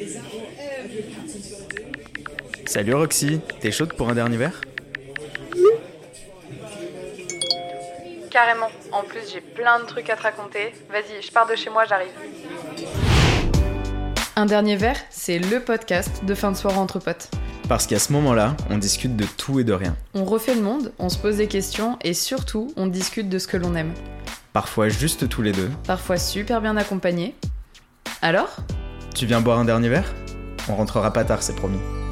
Salut Roxy, t'es chaude pour un dernier verre ? Carrément. En plus, j'ai plein de trucs à te raconter. Vas-y, je pars de chez moi, j'arrive. Un dernier verre, c'est le podcast de fin de soirée entre potes. Parce qu'à ce moment-là, on discute de tout et de rien. On refait le monde, on se pose des questions et surtout, on discute de ce que l'on aime. Parfois juste tous les deux. Parfois super bien accompagnés. Alors ? Tu viens boire un dernier verre ? On rentrera pas tard, c'est promis.